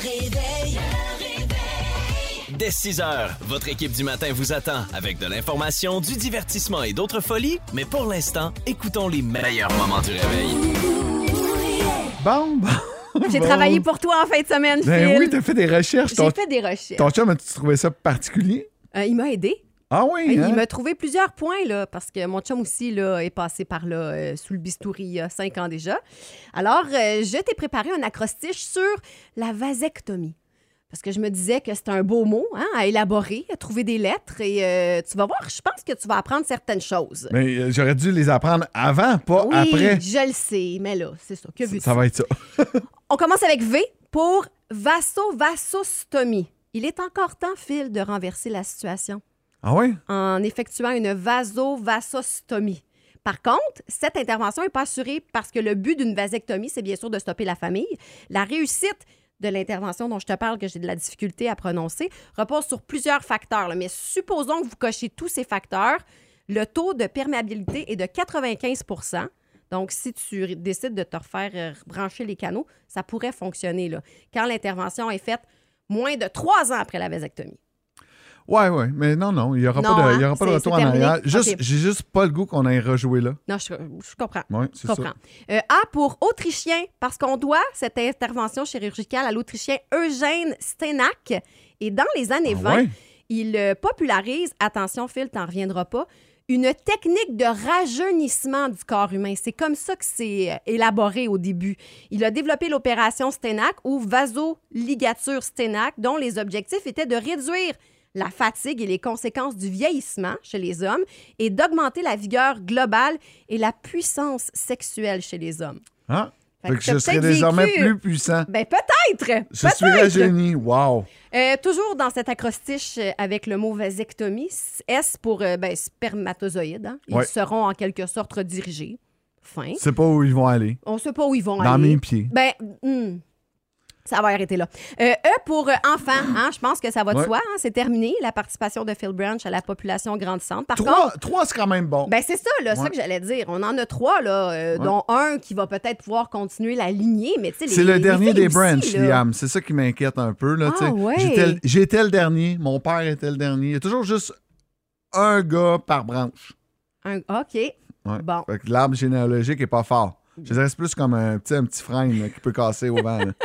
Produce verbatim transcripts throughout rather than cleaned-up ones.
réveil. Le réveil. Dès six heures, votre équipe du matin vous attend avec de l'information, du divertissement et d'autres folies. Mais pour l'instant, écoutons les meilleurs moments du réveil. Bon, bon. J'ai bon. travaillé pour toi en fin de semaine, Ben Phil. oui, t'as fait des recherches. J'ai Ton, fait des recherches. ton chum, as-tu trouvé ça particulier? Euh, il m'a aidé. Ah oui, Il hein? m'a trouvé plusieurs points, là, parce que mon chum aussi là, est passé par là, euh, sous le bistouri il y a cinq ans déjà. Alors, euh, je t'ai préparé un acrostiche sur la vasectomie. Parce que je me disais que c'était un beau mot hein, à élaborer, à trouver des lettres. Et euh, tu vas voir, je pense que tu vas apprendre certaines choses. Mais euh, j'aurais dû les apprendre avant, pas Oui, après. je le sais, mais là, c'est ça. Que veux-tu? Ça va être ça. On commence avec V pour vasovasostomie. Il est encore temps, Phil, de renverser la situation Ah oui? en effectuant une vasovasostomie. Par contre, cette intervention n'est pas assurée parce que le but d'une vasectomie, c'est bien sûr de stopper la famille. La réussite de l'intervention dont je te parle, que j'ai de la difficulté à prononcer, repose sur plusieurs facteurs. Là. Mais supposons que vous cochez tous ces facteurs, le taux de perméabilité est de quatre-vingt-quinze pour cent. Donc, si tu décides de te refaire euh, brancher les canaux, ça pourrait fonctionner là, quand l'intervention est faite moins de trois ans après la vasectomie. Ouais, ouais. Mais non, non, il n'y aura Non, pas de, hein? il y aura pas de C'est- retour c'est en terminé? arrière. Juste, Ok. J'ai juste pas le goût qu'on aille rejouer là. Non, je, je comprends. Oui, Je c'est comprends. ça. Euh, A pour Autrichien, parce qu'on doit cette intervention chirurgicale à l'Autrichien Eugène Stenac. Et dans les années Ah vingt, ouais? il euh, popularise, attention Phil, t'en reviendras pas, une technique de rajeunissement du corps humain. C'est comme ça que c'est euh, élaboré au début. Il a développé l'opération Stenac ou vasoligature Stenac, dont les objectifs étaient de réduire la fatigue et les conséquences du vieillissement chez les hommes et d'augmenter la vigueur globale et la puissance sexuelle chez les hommes. Hein? Fait Fait que que t'as je serais peut-être désormais vécu- plus puissant. Ben peut-être! Je peut-être. suis rajeuni. Wow! Euh, toujours dans cet acrostiche euh, avec le mot vasectomie, S pour euh, ben, spermatozoïdes. Hein? Ils Ouais. seront en quelque sorte redirigés. Fin. Je sais pas où ils vont aller. On ne sait pas où ils vont Dans aller. mes pieds. Ben, hmm, ça va arrêter là. Euh, e pour euh, enfants. Hein? Je pense que ça va de Ouais. soi. Hein? C'est terminé, la participation de Phil Branch à la population grandissante. Par Trois, contre, trois c'est quand même bon. ben c'est ça, là, ça Ouais. que j'allais dire. On en a trois, là, euh, Ouais. dont un qui va peut-être pouvoir continuer la lignée, mais tu sais, les- C'est le les dernier filles des aussi, Branch, là. Liam. C'est ça qui m'inquiète un peu. Là, Ah, tu sais. ouais. J'étais le- J'étais le dernier. Mon père était le dernier. Il y a toujours juste un gars par branche. Un- OK. Ouais. Bon. Fait que l'arbre généalogique est pas fort. Je dirais que c'est plus comme un petit, un petit frein là, qui peut casser au vent. là.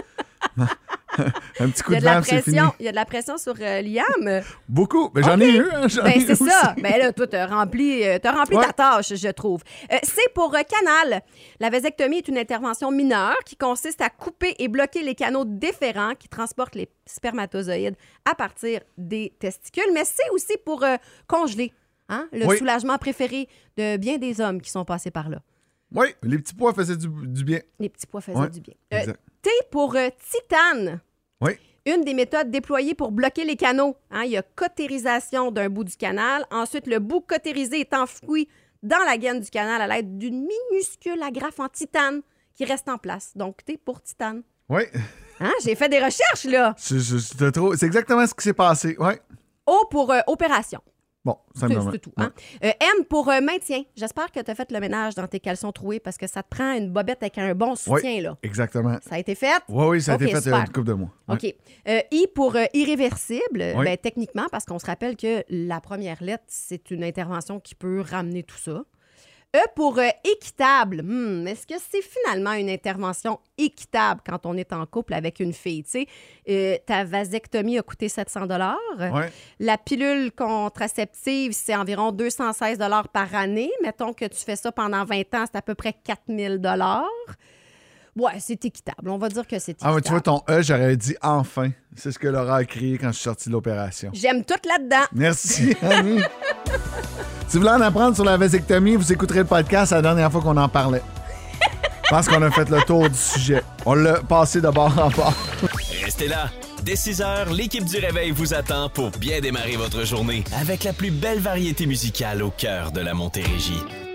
Un petit coup Il y a de de la vent, c'est fini. pression, il y a de la pression sur euh, Liam. Beaucoup. Ben, j'en OK. ai eu. Hein, j'en ai Ben, eu c'est aussi. ça. Ben là, toi, t'as rempli, euh, t'as rempli Ouais. ta tâche, je trouve. Euh, c'est pour euh, canal. La vasectomie est une intervention mineure qui consiste à couper et bloquer les canaux déférents qui transportent les spermatozoïdes à partir des testicules. Mais c'est aussi pour euh, congeler. Hein? Le Oui. soulagement préféré de bien des hommes qui sont passés par là. Oui, les petits pois faisaient du, du bien. Les petits pois faisaient Ouais, du bien. Euh, exact. T pour euh, titane. Oui. Une des méthodes déployées pour bloquer les canaux. Hein, il y a cautérisation d'un bout du canal. Ensuite, le bout cautérisé est enfoui dans la gaine du canal à l'aide d'une minuscule agrafe en titane qui reste en place. Donc, T pour titane. Oui. Hein, j'ai fait des recherches, là. Je- je- je te trouve- C'est exactement ce qui s'est passé. Oui. O pour euh, opération. Bon, ça C'est me c'est tout. Hein? Euh, M pour euh, maintien. J'espère que tu as fait le ménage dans tes caleçons troués parce que ça te prend une bobette avec un bon soutien, là. Exactement. Ça a été fait? Oui, oui, ça a Ok, été fait il y a super. une couple de mois. Ouais. OK. Euh, I pour euh, irréversible. Oui. Ben, techniquement, parce qu'on se rappelle que la première lettre, c'est une intervention qui peut ramener tout ça. E pour euh, équitable. Hmm, est-ce que c'est finalement une intervention équitable quand on est en couple avec une fille? Tu sais, euh, ta vasectomie a coûté sept cents dollars. Ouais. La pilule contraceptive, c'est environ deux cent seize dollars par année. Mettons que tu fais ça pendant vingt ans, c'est à peu près quatre mille dollars. Ouais, c'est équitable. On va dire que c'est équitable. Ah, mais tu vois, ton E, j'aurais dit enfin. C'est ce que Laura a crié quand je suis sorti de l'opération. J'aime tout là-dedans. Merci, Annie. Si vous voulez en apprendre sur la vasectomie, vous écouterez le podcast la dernière fois qu'on en parlait. Je pense qu'on a fait le tour du sujet. On l'a passé de bord en bord. Restez là. Dès six heures, l'équipe du Réveil vous attend pour bien démarrer votre journée avec la plus belle variété musicale au cœur de la Montérégie.